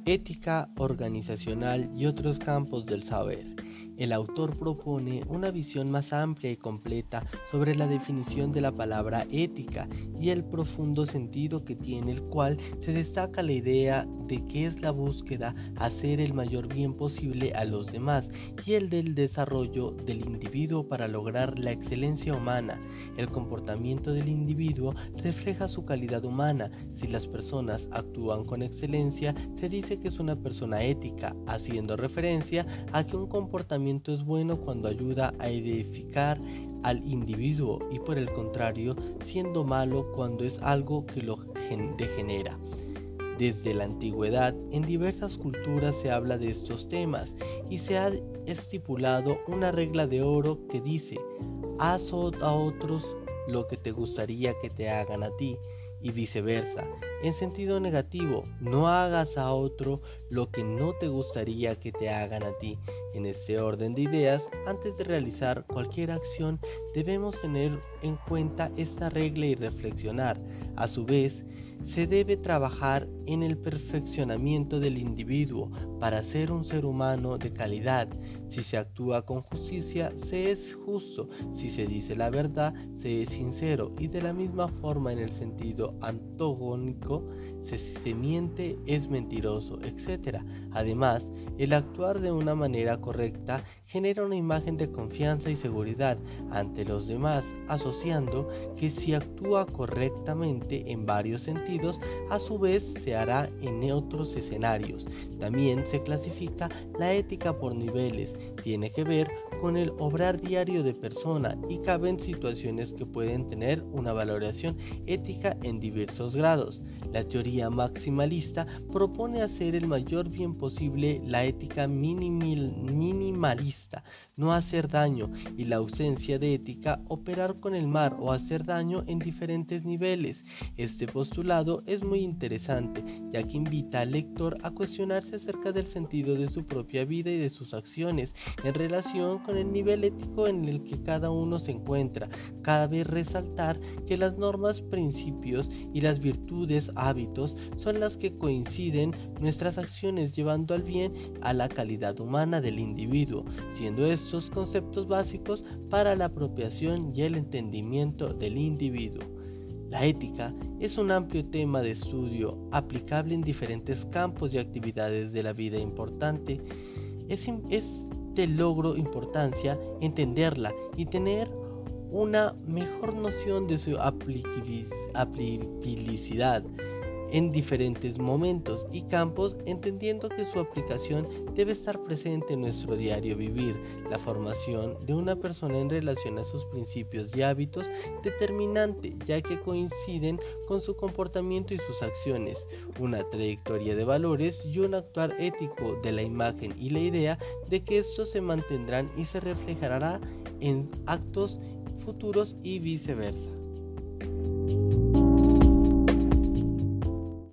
Ética organizacional y otros campos del saber. El autor propone una visión más amplia y completa sobre la definición de la palabra ética y el profundo sentido que tiene, el cual se destaca la idea de que es la búsqueda hacer el mayor bien posible a los demás y el del desarrollo del individuo para lograr la excelencia humana. El comportamiento del individuo refleja su calidad humana. Si las personas actúan con excelencia, se dice que es una persona ética, haciendo referencia a que un comportamiento es bueno cuando ayuda a edificar al individuo y por el contrario, siendo malo cuando es algo que lo degenera. Desde la antigüedad, en diversas culturas se habla de estos temas y se ha estipulado una regla de oro que dice: haz a otros lo que te gustaría que te hagan a ti, y viceversa. En sentido negativo, no hagas a otro lo que no te gustaría que te hagan a ti. En este orden de ideas, antes de realizar cualquier acción, debemos tener en cuenta esta regla y reflexionar. A su vez, se debe trabajar en el perfeccionamiento del individuo para ser un ser humano de calidad. Si se actúa con justicia, se es justo. Si se dice la verdad, se es sincero. Y de la misma forma, en el sentido antagónico, si se miente, es mentiroso, etc. Además, el actuar de una manera correcta genera una imagen de confianza y seguridad ante los demás, asociando que si actúa correctamente en varios sentidos, a su vez se hará en otros escenarios. También se clasifica la ética por niveles. Tiene que ver con el obrar diario de persona y caben situaciones que pueden tener una valoración ética en diversos grados. La teoría maximalista propone hacer el mayor bien posible, la ética minimalista, no hacer daño, y la ausencia de ética, operar con el mal o hacer daño en diferentes niveles. Este postulado es muy interesante, ya que invita al lector a cuestionarse acerca del sentido de su propia vida y de sus acciones en relación con el nivel ético en el que cada uno se encuentra. Cabe resaltar que las normas, principios y las virtudes, hábitos, son las que coinciden nuestras acciones llevando al bien a la calidad humana del individuo, siendo estos conceptos básicos para la apropiación y el entendimiento del individuo. La ética es un amplio tema de estudio aplicable en diferentes campos y actividades de la vida importante. Es de logro importancia entenderla y tener una mejor noción de su aplicabilidad en diferentes momentos y campos, entendiendo que su aplicación debe estar presente en nuestro diario vivir. La formación de una persona en relación a sus principios y hábitos determinante, ya que coinciden con su comportamiento y sus acciones, una trayectoria de valores y un actuar ético de la imagen y la idea de que estos se mantendrán y se reflejará en actos futuros y viceversa.